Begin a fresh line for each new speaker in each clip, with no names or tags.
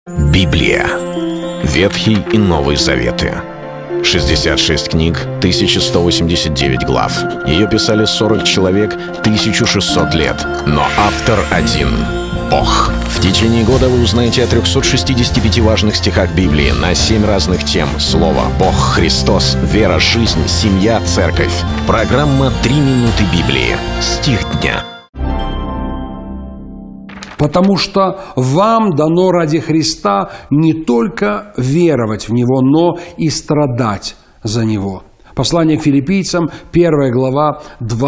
Библия. Ветхий и Новый Заветы. 66 книг, 1189 глав. Ее писали 40 человек, 1600 лет. Но автор один — Бог. В течение года вы узнаете о 365 важных стихах Библии на 7 разных тем. Слово, Бог, Христос, вера, жизнь, семья, церковь. Программа «3 минуты Библии». Стих дня.
Потому что вам дано ради Христа не только веровать в Него, но и страдать за Него. Послание к Филиппийцам, 1 глава,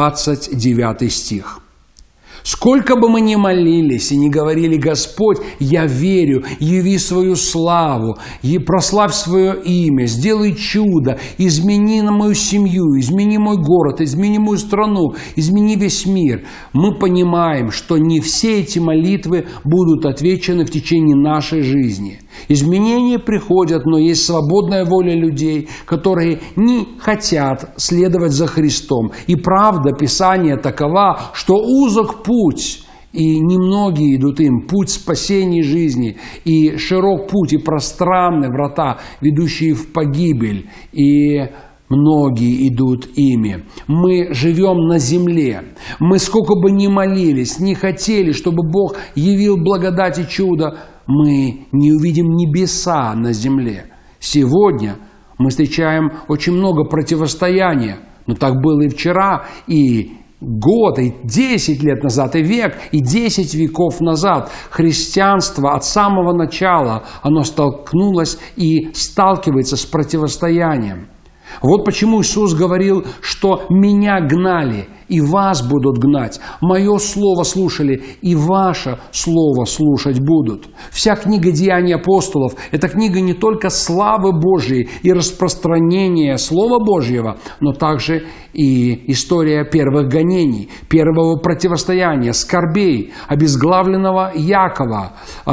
29 стих. «Сколько бы мы ни молились и ни говорили: Господь, я верю, яви свою славу, и прославь свое имя, сделай чудо, измени на мою семью, измени мой город, измени мою страну, измени весь мир», мы понимаем, что не все эти молитвы будут отвечены в течение нашей жизни. Изменения приходят, но есть свободная воля людей, которые не хотят следовать за Христом. И правда Писания такова, что узок путь, и немногие идут им, путь спасения жизни, и широк путь, и пространны врата, ведущие в погибель, и многие идут ими. Мы живем на земле. Мы сколько бы ни молились, не хотели, чтобы Бог явил благодать и чудо, мы не увидим небеса на земле. Сегодня мы встречаем очень много противостояния, но так было и вчера, и год, и 10 лет назад, и век, и 10 веков назад. Христианство от самого начала, оно столкнулось и сталкивается с противостоянием. Вот почему Иисус говорил, что «меня гнали, и вас будут гнать, мое слово слушали, и ваше слово слушать будут». Вся книга «Деяний апостолов» – это книга не только славы Божьей и распространения Слова Божьего, но также и история первых гонений, первого противостояния, скорбей, обезглавленного Якова,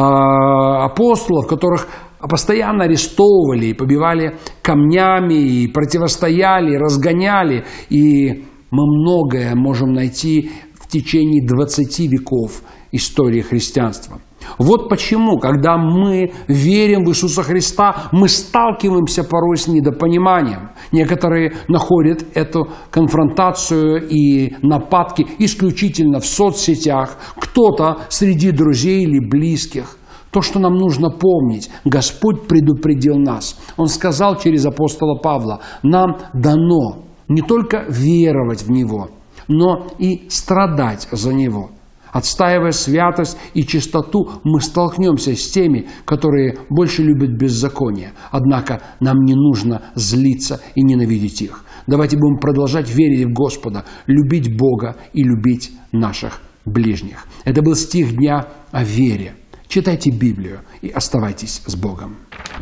апостолов, которых постоянно арестовывали и побивали камнями, и противостояли, и разгоняли. И мы многое можем найти в течение 20 веков истории христианства. Вот почему, когда мы верим в Иисуса Христа, мы сталкиваемся порой с недопониманием. Некоторые находят эту конфронтацию и нападки исключительно в соцсетях, кто-то среди друзей или близких. То, что нам нужно помнить, Господь предупредил нас. Он сказал через апостола Павла: нам дано не только веровать в Него, но и страдать за Него. Отстаивая святость и чистоту, мы столкнемся с теми, которые больше любят беззаконие. Однако нам не нужно злиться и ненавидеть их. Давайте будем продолжать верить в Господа, любить Бога и любить наших ближних. Это был стих дня о вере. Читайте Библию и оставайтесь с Богом.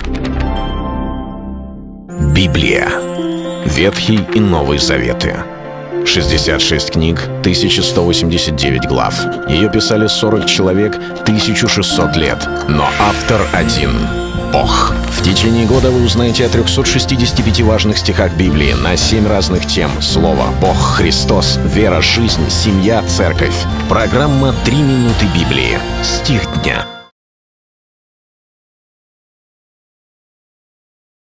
Библия. Ветхий и Новый Заветы. 66 книг, 1189 глав. Ее писали 40 человек, 1600 лет. Но автор один — Бог. В течение года вы узнаете о 365 важных стихах Библии на 7 разных тем. Слово, Бог, Христос, вера, жизнь, семья, церковь. Программа «3 минуты Библии». Стих дня.